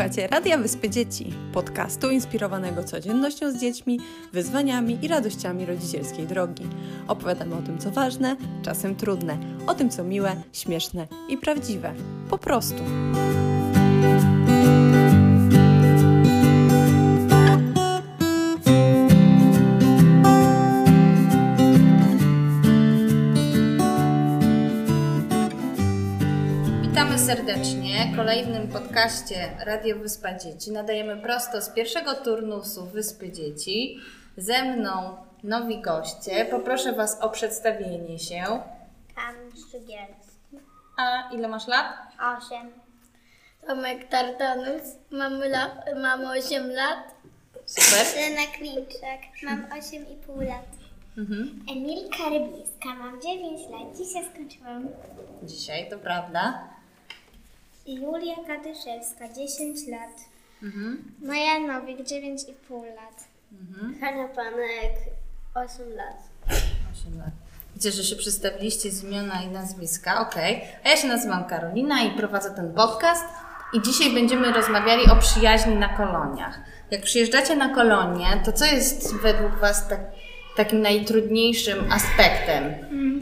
Słuchacie Radia Wyspy Dzieci, podcastu inspirowanego codziennością z dziećmi, wyzwaniami i radościami rodzicielskiej drogi. Opowiadamy o tym, co ważne, czasem trudne, o tym, co miłe, śmieszne i prawdziwe. Po prostu. Witamy serdecznie w kolejnym podcaście Radio Wyspa Dzieci. Nadajemy prosto z pierwszego turnusu Wyspy Dzieci. Ze mną nowi goście. Poproszę Was o przedstawienie się. Kamil Szczygielski. A ile masz lat? 8. Tomek Tartanus. Mam 8 lat. Super. Lena Klimczak. Mam 8,5 lat. Emilka Rybińska. Mam 9 lat. Dzisiaj skończyłam. Dzisiaj, to prawda. Julia Kadyszewska. 10 lat. Maja Nowik. 9,5 lat. Hania Panek. 8 lat. 8 lat. Widzę, że się przedstawiliście z imiona i nazwiska. Okej. A ja się nazywam Karolina i prowadzę ten podcast. I dzisiaj będziemy rozmawiali o przyjaźni na koloniach. Jak przyjeżdżacie na kolonie, to co jest według Was takim najtrudniejszym aspektem?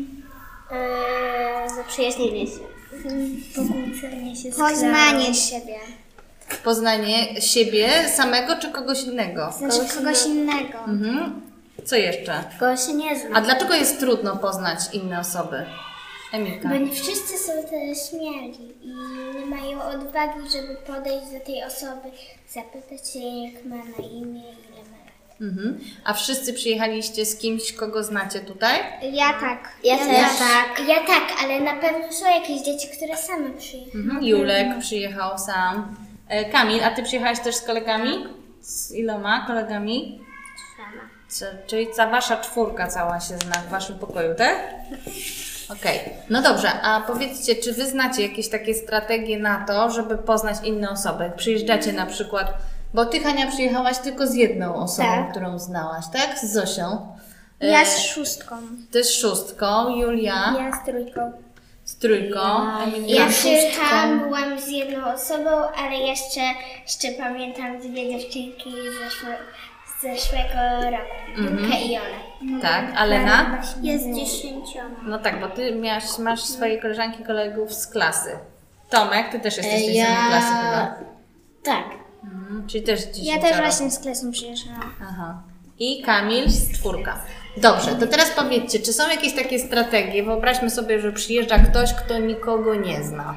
Zaprzyjaźnienie się. Pokłócenie się. Poznanie siebie. Poznanie siebie samego czy kogoś innego? Znaczy kogoś innego. Co jeszcze? Kogo się nie zna. A dlaczego jest trudno poznać inne osoby? Emilka. Bo nie wszyscy są tyle śmiali i nie mają odwagi, żeby podejść do tej osoby, zapytać się, jak ma na imię, ile ma lat. A wszyscy przyjechaliście z kimś, kogo znacie tutaj? Ja tak. Ja tak, ale na pewno są jakieś dzieci, które same przyjechały. Julek przyjechał sam. Kamil, a Ty przyjechałeś też z kolegami? Z iloma kolegami? Czyli ta Wasza czwórka cała się zna w Waszym pokoju, tak? Okej. No dobrze, a powiedzcie, czy Wy znacie jakieś takie strategie na to, żeby poznać inne osoby? Przyjeżdżacie na przykład, bo Ty, Hania, przyjechałaś tylko z jedną osobą, Tak. którą znałaś, tak? Z Zosią. Ja z 6. Ty z 6, Julia Ja z 3. z 3, Emilia Ja przyjechałam, byłam z jedną osobą, ale jeszcze pamiętam dwie dziewczynki z zeszłego roku. Julkę i Jolę. Tak, a Lena? Jest 10. No tak, bo Ty masz swoje koleżanki, kolegów z klasy. Tomek, Ty też jesteś z tej samej klasy chyba. Tak. Czyli też 10. Ja też właśnie z klasą przyjechałam. Aha. I Kamil z 4. Dobrze, to teraz powiedzcie, czy są jakieś takie strategie? Wyobraźmy sobie, że przyjeżdża ktoś, kto nikogo nie zna.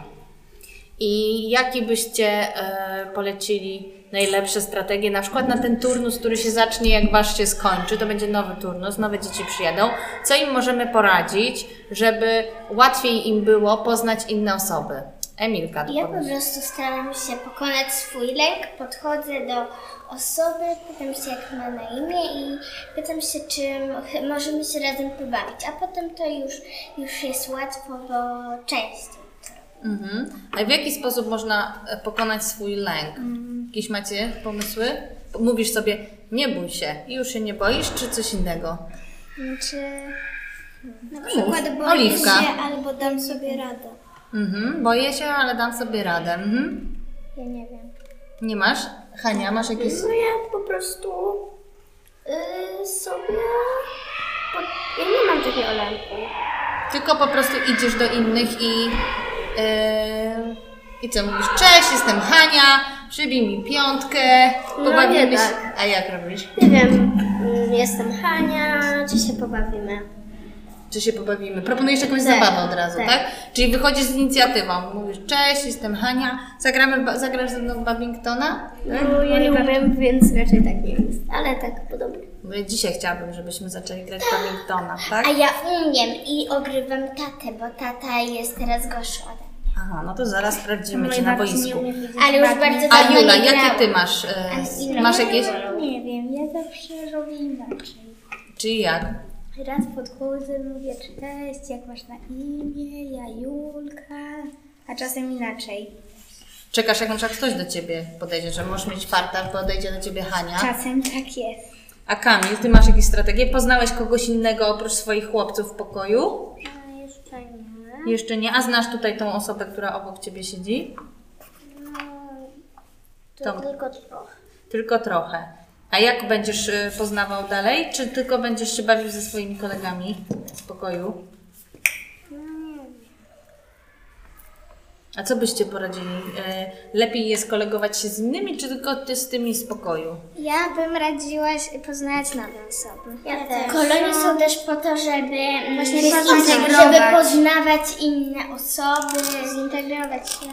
I jakie byście polecili najlepsze strategie, na przykład na ten turnus, który się zacznie, jak Wasz się skończy, to będzie nowy turnus, nowe dzieci przyjadą. Co im możemy poradzić, żeby łatwiej im było poznać inne osoby? Emilka, Ja po prostu staram się pokonać swój lęk, podchodzę do osoby, pytam się, jak ma na imię i pytam się, czy możemy się razem pobawić, a potem to już jest łatwo, bo częściej. A w jaki sposób można pokonać swój lęk? Jakieś macie pomysły? Mówisz sobie, nie bój się i już się nie boisz, czy coś innego? Czy na przykład boję Oliwka. się albo dam sobie radę. Boję się, ale dam sobie radę. Ja nie wiem. Nie masz? Hania, masz jakieś... No ja po prostu sobie... Ja nie mam takiego lęku. Tylko po prostu idziesz do innych i co mówisz? Cześć, jestem Hania, przybij mi 5, pobawimy nie się. tak. A jak robisz? Nie wiem, jestem Hania, czy się pobawimy? Czy się pobawimy? Proponujesz jakąś zabawę od razu, tak? Czyli wychodzisz z inicjatywą. Mówisz, cześć, jestem Hania, zagrasz ze mną w badmintona? No ja nie umiem, więc raczej tak nie jest, ale tak podobnie. Bo ja dzisiaj chciałabym, żebyśmy zaczęli grać w badmintona, tak? A ja umiem i ogrywam tatę, bo tata jest teraz gorszy ode mnie. Aha, no to zaraz sprawdzimy Cię na boisku. Ale już bardzo A dawno Jula, nie jakie grałam. Ty masz? Masz jakieś? Nie wiem, ja zawsze robię inaczej. Czyli jak? Raz podchodzę, mówię cześć, jak masz na imię, ja Julka, a czasem inaczej. Czekasz, jak na przykład ktoś do Ciebie podejdzie, że możesz mieć farta, podejdzie do Ciebie Hania. Czasem tak jest. A Kamil, Ty masz jakieś strategie? Poznałeś kogoś innego oprócz swoich chłopców w pokoju? A jeszcze nie. Jeszcze nie. A znasz tutaj tą osobę, która obok Ciebie siedzi? No, To tylko trochę. Tylko trochę. A jak będziesz poznawał dalej? Czy tylko będziesz się bawił ze swoimi kolegami w pokoju? A co byście poradzili? Lepiej jest kolegować się z innymi, czy tylko ty z tymi z pokoju? Ja bym radziła poznać nowe osoby. Ja też. Kolonie są też po to, żeby Właśnie żeby poznawać inne osoby, zintegrować się.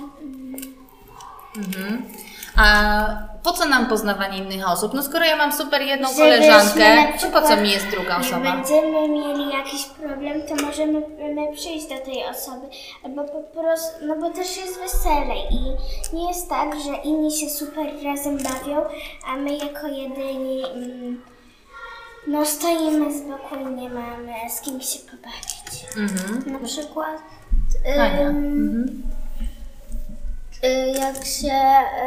Mhm. A po co nam poznawanie innych osób? No skoro ja mam super jedną koleżankę, to po co mi jest druga osoba? Jak będziemy mieli jakiś problem, to możemy przyjść do tej osoby, albo po prostu, no bo też jest weselej i nie jest tak, że inni się super razem bawią, a my jako jedyni no stoimy z boku i nie mamy z kim się pobawić. Mhm. Na przykład Ania. jak się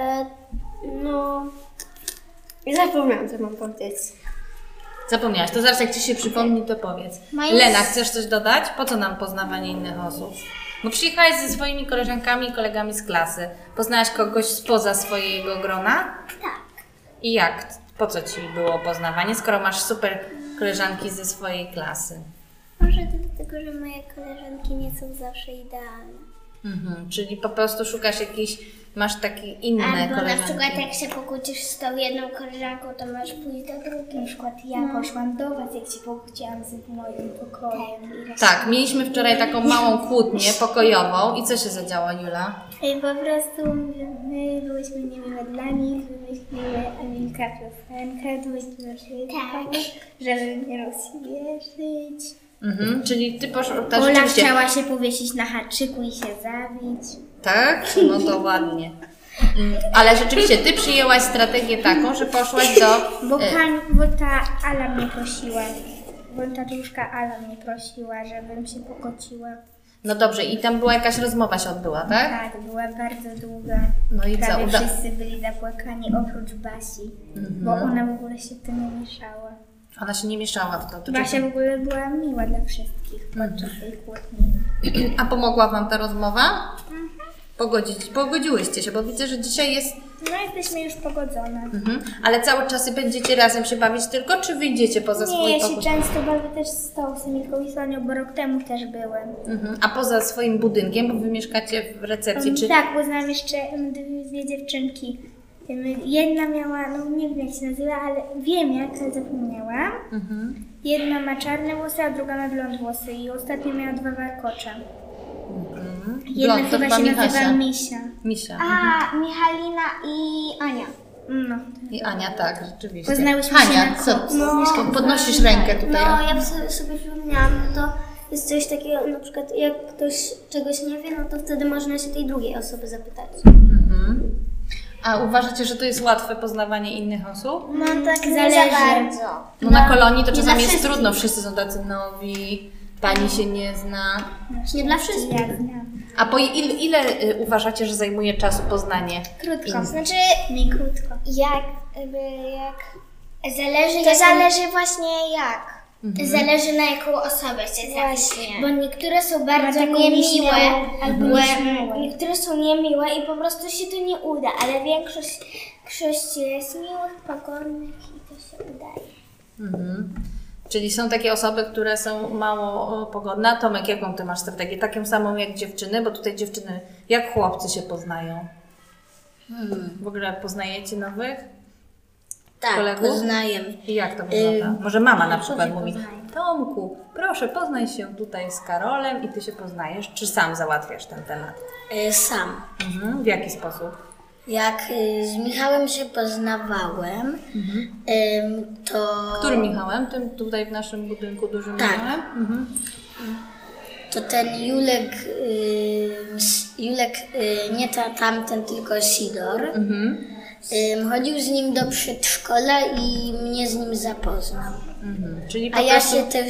no Zapomniałam, co mam powiedzieć. Zapomniałaś, to zaraz jak Ci się przypomni, to powiedz. Lena, chcesz coś dodać? Po co nam poznawanie innych osób? Bo przyjechałaś ze swoimi koleżankami i kolegami z klasy. Poznałaś kogoś spoza swojego grona? tak. I jak? Po co Ci było poznawanie, skoro masz super koleżanki ze swojej klasy? Może dlatego, że moje koleżanki nie są zawsze idealne. Mhm, czyli po prostu szukasz jakichś, masz takie inne Albo koleżanki. na przykład jak się pokłócisz z tą jedną koleżanką, to możesz pójść do drugiej. Na przykład ja poszłam do was, jak się pokłóciłam z moim pokojem. Tak, mieliśmy wczoraj taką małą kłótnię pokojową i co się zadziało, Jula? I po prostu my byłyśmy niemiłe dla nich, wymyśliły Emilka piosenkę, wymyśliły wszystko, żeby mnie rozśmieszyć. Mhm, czyli Ty poszłaś... Ola chciała się powiesić na haczyku i się zabić. Tak? No to ładnie. Ale rzeczywiście, Ty przyjęłaś strategię taką, że poszłaś do... Bo ta Ala mnie prosiła, bo tatuszka Ala mnie prosiła, żebym się pokłóciła. No dobrze, i tam była jakaś rozmowa się odbyła, tak? Tak, była bardzo długa. No i Prawie co? wszyscy byli zapłakani oprócz Basi, bo ona w ogóle się w tym nie mieszała. Ona się nie mieszała w to. to Basia w ogóle była miła dla wszystkich podczas tej kłótni. A pomogła Wam ta rozmowa? Pogodziłyście się, bo widzę, że dzisiaj jest... No jesteśmy już pogodzone. Mhm. Ale cały czas będziecie razem się bawić tylko, czy wyjdziecie poza swój Nie, ja pokój? się często bawię też z tą Emilką i Sonią, bo rok temu też byłem. Mhm. A poza swoim budynkiem, bo Wy mieszkacie w recepcji, czy... Tak, bo znam jeszcze dwie dziewczynki. Jedna miała, no nie wiem jak się nazywa, ale wiem jak, ale zapomniałam. Mhm. Jedna ma czarne włosy, a druga ma blond włosy i ostatnio miała 2 warkocze. Jedna Blond, to chyba się nazywa Misia. Misia. A, Michalina i Ania. No. I Ania, tak, rzeczywiście. Poznałyśmy się Hania, na co? Podnosisz rękę tutaj. No, o. ja sobie przypomniałam, to jest coś takiego, na przykład jak ktoś czegoś nie wie, no to wtedy można się tej drugiej osoby zapytać. Mhm. A uważacie, że to jest łatwe poznawanie innych osób? No tak nie Zależy. za bardzo. No na kolonii to nie czasami dla jest wszystkich. trudno, wszyscy są tacy nowi, pani się nie zna. Nie dla wszystkich. Ja znam. A po ile uważacie, że zajmuje czasu poznanie? Krótko. Znaczy, Mi krótko. jak zależy właśnie jak. Zależy na jaką osobę się trafi. Bo niektóre są bardzo taką niemiłe, nieśmiałą albo nieśmiałą. niektóre są niemiłe i po prostu się to nie uda, ale większość jest miłych, pokornych i to się udaje. Mhm. Czyli są takie osoby, które są mało pogodne. Tomek, jaką Ty masz strategię? Taką samą jak dziewczyny? Bo tutaj dziewczyny, jak chłopcy się poznają? W ogóle poznajecie nowych Tak, kolegów? poznajemy. I jak to wygląda? Może mama na przykład mówi: Tomku, proszę poznaj się tutaj z Karolem i Ty się poznajesz. Czy sam załatwiasz ten temat? Sam. Mhm. W jaki sposób? Jak z Michałem się poznawałem, to... Którym Michałem? Tym tutaj w naszym budynku dużym Tak. Michałem? Mhm. To ten Julek, nie tamten, tylko Sidor. Chodził z nim do przedszkola i mnie z nim zapoznał. Czyli po A ja prostu... się też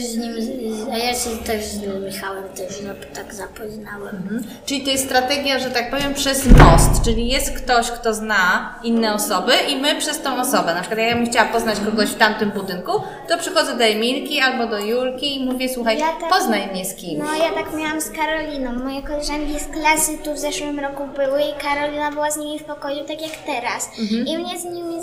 z Michałem też tak zapoznałem. Czyli to jest strategia, że tak powiem, przez most, czyli jest ktoś, kto zna inne osoby i my przez tą osobę. Na przykład jak ja bym chciała poznać kogoś w tamtym budynku, to przychodzę do Emilki albo do Julki i mówię, słuchaj, poznaj mnie z kimś. No ja tak miałam z Karoliną. Moje koleżanki z klasy tu w zeszłym roku były i Karolina była z nimi w pokoju, tak jak teraz. I mnie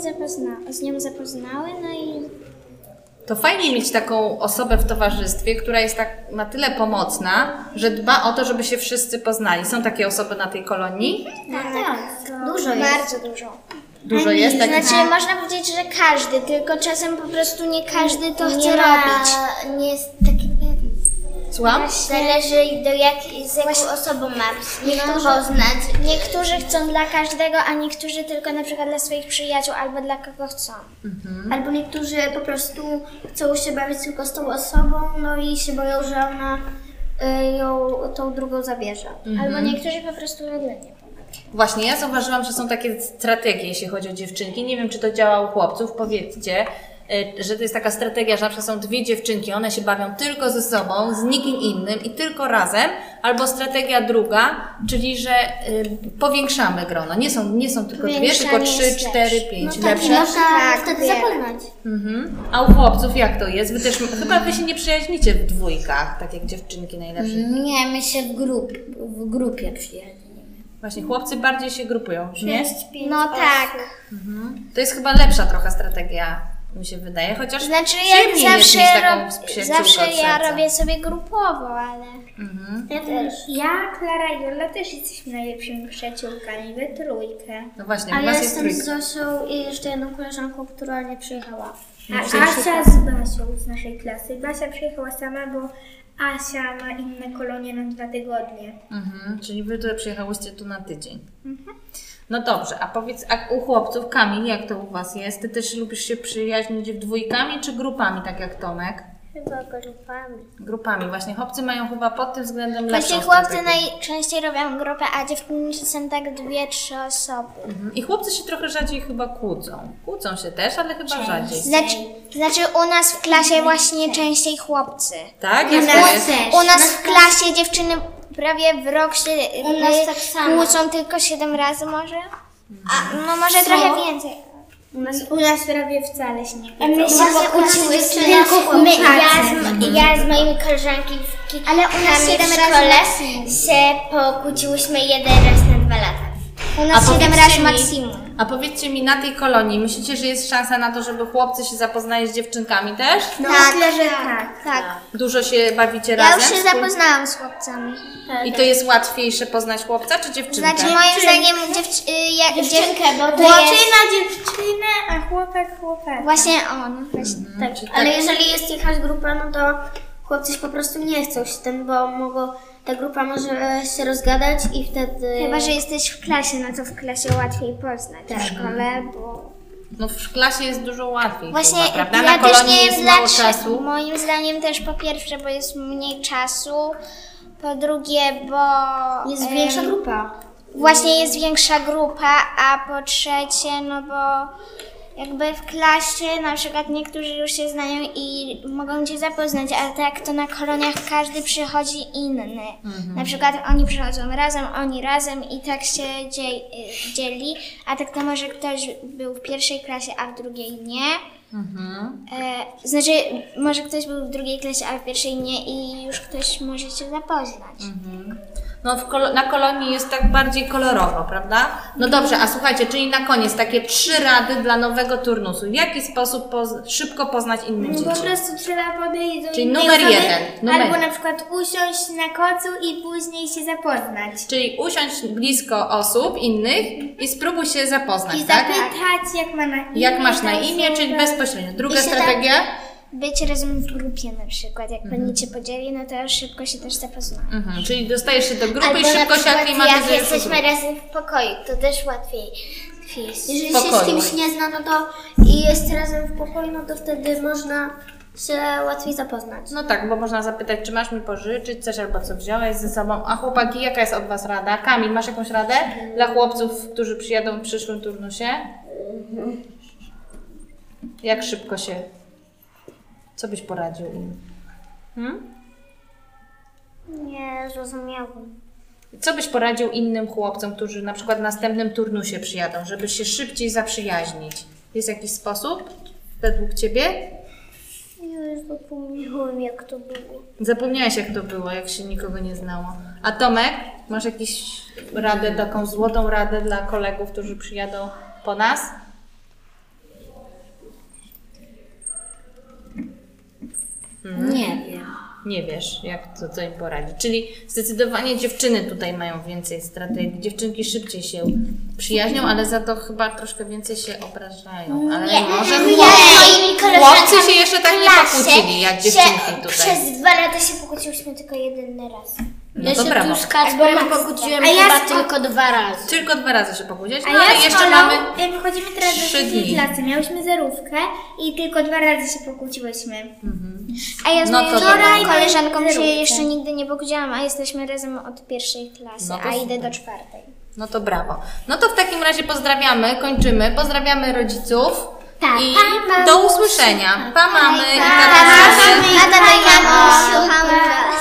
z nią zapoznały, no i... To fajnie mieć taką osobę w towarzystwie, która jest tak na tyle pomocna, że dba o to, żeby się wszyscy poznali. Są takie osoby na tej kolonii? Tak. Dużo jest. Bardzo dużo. Dużo jest takich? Znaczy można powiedzieć, że każdy, tylko czasem po prostu nie każdy to chce robić. Nie jest taki pewny. Słucham? Zależy z jaką osobą ma poznać. Niektórzy chcą dla każdego, a niektórzy tylko na przykład dla swoich przyjaciół albo dla kogo chcą. Albo niektórzy po prostu chcą się bawić tylko z tą osobą, no i się boją, że ona ją tą drugą zabierze. Albo niektórzy po prostu dla nie. Właśnie, ja zauważyłam, że są takie strategie, jeśli chodzi o dziewczynki. Nie wiem, czy to działa u chłopców, powiedzcie, że to jest taka strategia, że na przykład są dwie dziewczynki, one się bawią tylko ze sobą, z nikim innym i tylko razem, albo strategia druga, czyli że powiększamy grono. Nie są tylko dwie, tylko 3, 4, 5. Lepsze? Można wtedy zapoznać. A u chłopców jak to jest? Wy też, chyba wy się nie przyjaźnicie w dwójkach, tak jak dziewczynki najlepsze. Nie, my się w grupie przyjaźnimy. Właśnie, chłopcy bardziej się grupują, nie? No tak. To jest chyba lepsza trochę strategia, mi się wydaje, chociaż Znaczy przyjemniej jak jest zawsze, mieć taką przyjaciółkę zawsze od ja serca. robię sobie grupowo, ale... Ja też. Ja, Klara i Jola też jesteśmy najlepszymi przyjaciółkami we trójkę. No właśnie, A u ja was jest jestem trójka. z Zosią i jeszcze jedną koleżanką, która nie przyjechała. A Asia z Basią z naszej klasy. Basia przyjechała sama, bo Asia ma inne kolonie na 2 tygodnie. Czyli wy tutaj przyjechałyście tu na tydzień. No dobrze, a powiedz, a u chłopców, Kamil, jak to u was jest? Ty też lubisz się przyjaźnić dwójkami czy grupami, tak jak Tomek? Chyba grupami. Grupami, właśnie. Chłopcy mają chyba pod tym względem lepszą Właśnie chłopcy strategię. najczęściej robią grupę, a dziewczyny są tak 2-3 osoby. I chłopcy się trochę rzadziej chyba kłócą. Kłócą się też, ale chyba rzadziej. Znaczy u nas w klasie właśnie częściej chłopcy. Tak? Jak to jest? U nas w klasie dziewczyny prawie w rok się U nas tak samo. kłócą tylko 7 razy może? No może trochę więcej. U nas prawie wcale się nie My się pokłóciły ja z moimi koleżanki Ale u nas 7 w razy szkole maksimum. się pokłóciłyśmy jeden raz na 2 lata. U nas 7 powiedzcie razy mi- maksimum. A powiedzcie mi, na tej kolonii, myślicie, że jest szansa na to, żeby chłopcy się zapoznali z dziewczynkami też? No myślę, że tak. Dużo się bawicie Ja razem? już się zapoznałam z chłopcami. I to jest łatwiejsze poznać chłopca czy dziewczynkę? Znaczy moim zdaniem Dziewczynkę, bo to dziewczyna dziewczynę, a chłopak chłopak. Właśnie on. Właśnie. Tak, ale jeżeli jest jakaś grupa, no to chłopcy się po prostu nie chcą się tym, bo ta grupa może się rozgadać i wtedy... Chyba, że jesteś w klasie, no to w klasie łatwiej poznać. W szkole, bo... No w klasie jest dużo łatwiej Właśnie chyba, prawda? ja Na też kolonii nie jest wiem mało dlaczego. czasu. Moim zdaniem też po pierwsze, bo jest mniej czasu. Po drugie, bo... Jest większa grupa. Właśnie jest większa grupa, a po trzecie, no bo jakby w klasie na przykład niektórzy już się znają i mogą Cię zapoznać, a tak to na koloniach każdy przychodzi inny. Na przykład oni przychodzą razem, oni razem i tak się dzieli, a tak to może ktoś był w pierwszej klasie, a w drugiej nie. Znaczy, może ktoś był w drugiej klasie, a w pierwszej nie i już ktoś może Cię zapoznać. No na kolonii jest tak bardziej kolorowo, prawda? No dobrze, a słuchajcie, czyli na koniec takie 3 rady dla nowego turnusu. W jaki sposób szybko poznać inne dzieci? Po prostu trzeba podejść do Czyli innej numer osoby, 1. albo na przykład usiąść na kocu i później się zapoznać. Czyli usiąść blisko osób innych i spróbuj się zapoznać, I tak? zapytać, jak ma na imię. Jak masz na ta imię, osoba. czyli bezpośrednio. Druga I się strategia? Być razem w grupie na przykład. Jak pani Cię podzieli, no to szybko się też zapozna. Czyli dostajesz się do grupy Albo i na szybko się przykład jak aklimatyzujesz. jesteśmy razem w pokoju, to też łatwiej jest. Jeżeli się pokoju. z kimś nie zna, no to i jest razem w pokoju, no to wtedy można się łatwiej zapoznać. No tak, bo można zapytać, czy masz mi pożyczyć coś albo co wziąłeś ze sobą. A chłopaki, jaka jest od Was rada? Kamil, masz jakąś radę dla chłopców, którzy przyjadą w przyszłym turnusie? Jak szybko się... Co byś poradził im? Nie zrozumiałam. Co byś poradził innym chłopcom, którzy na przykład w następnym turnusie przyjadą, żeby się szybciej zaprzyjaźnić? Jest jakiś sposób według Ciebie? Ja już zapomniałam, jak to było. Zapomniałeś, jak to było, jak się nikogo nie znało. A Tomek, masz jakąś radę, taką złotą radę dla kolegów, którzy przyjadą po nas? Nie wiem. Nie wiesz, jak to, co im poradzić. Czyli zdecydowanie dziewczyny tutaj mają więcej strategii. Dziewczynki szybciej się przyjaźnią, ale za to chyba troszkę więcej się obrażają. Ale może chłopcy się jeszcze tak nie pokłócili, jak dziewczynki tutaj. Przez 2 lata się pokłóciłyśmy tylko jeden raz. No to brawo. Tu z Kacperem pokłóciłem chyba tylko 2 razy. Tylko 2 razy się pokłóciłeś, no A ale ja z jeszcze Olą, mamy... jak wychodzimy teraz do 3 trzeciej dni. klasy, miałyśmy zerówkę i tylko 2 razy się pokłóciłyśmy. A ja z No moją to dobra. koleżanką się Zerówkę. jeszcze nigdy nie pokłóciłam, a jesteśmy razem od 1. klasy, No to a idę super. do 4. No to brawo. No to w takim razie pozdrawiamy, kończymy. Pozdrawiamy rodziców. Tak, I pa, do usłyszenia. Pa mamy i tata. Słuchamy.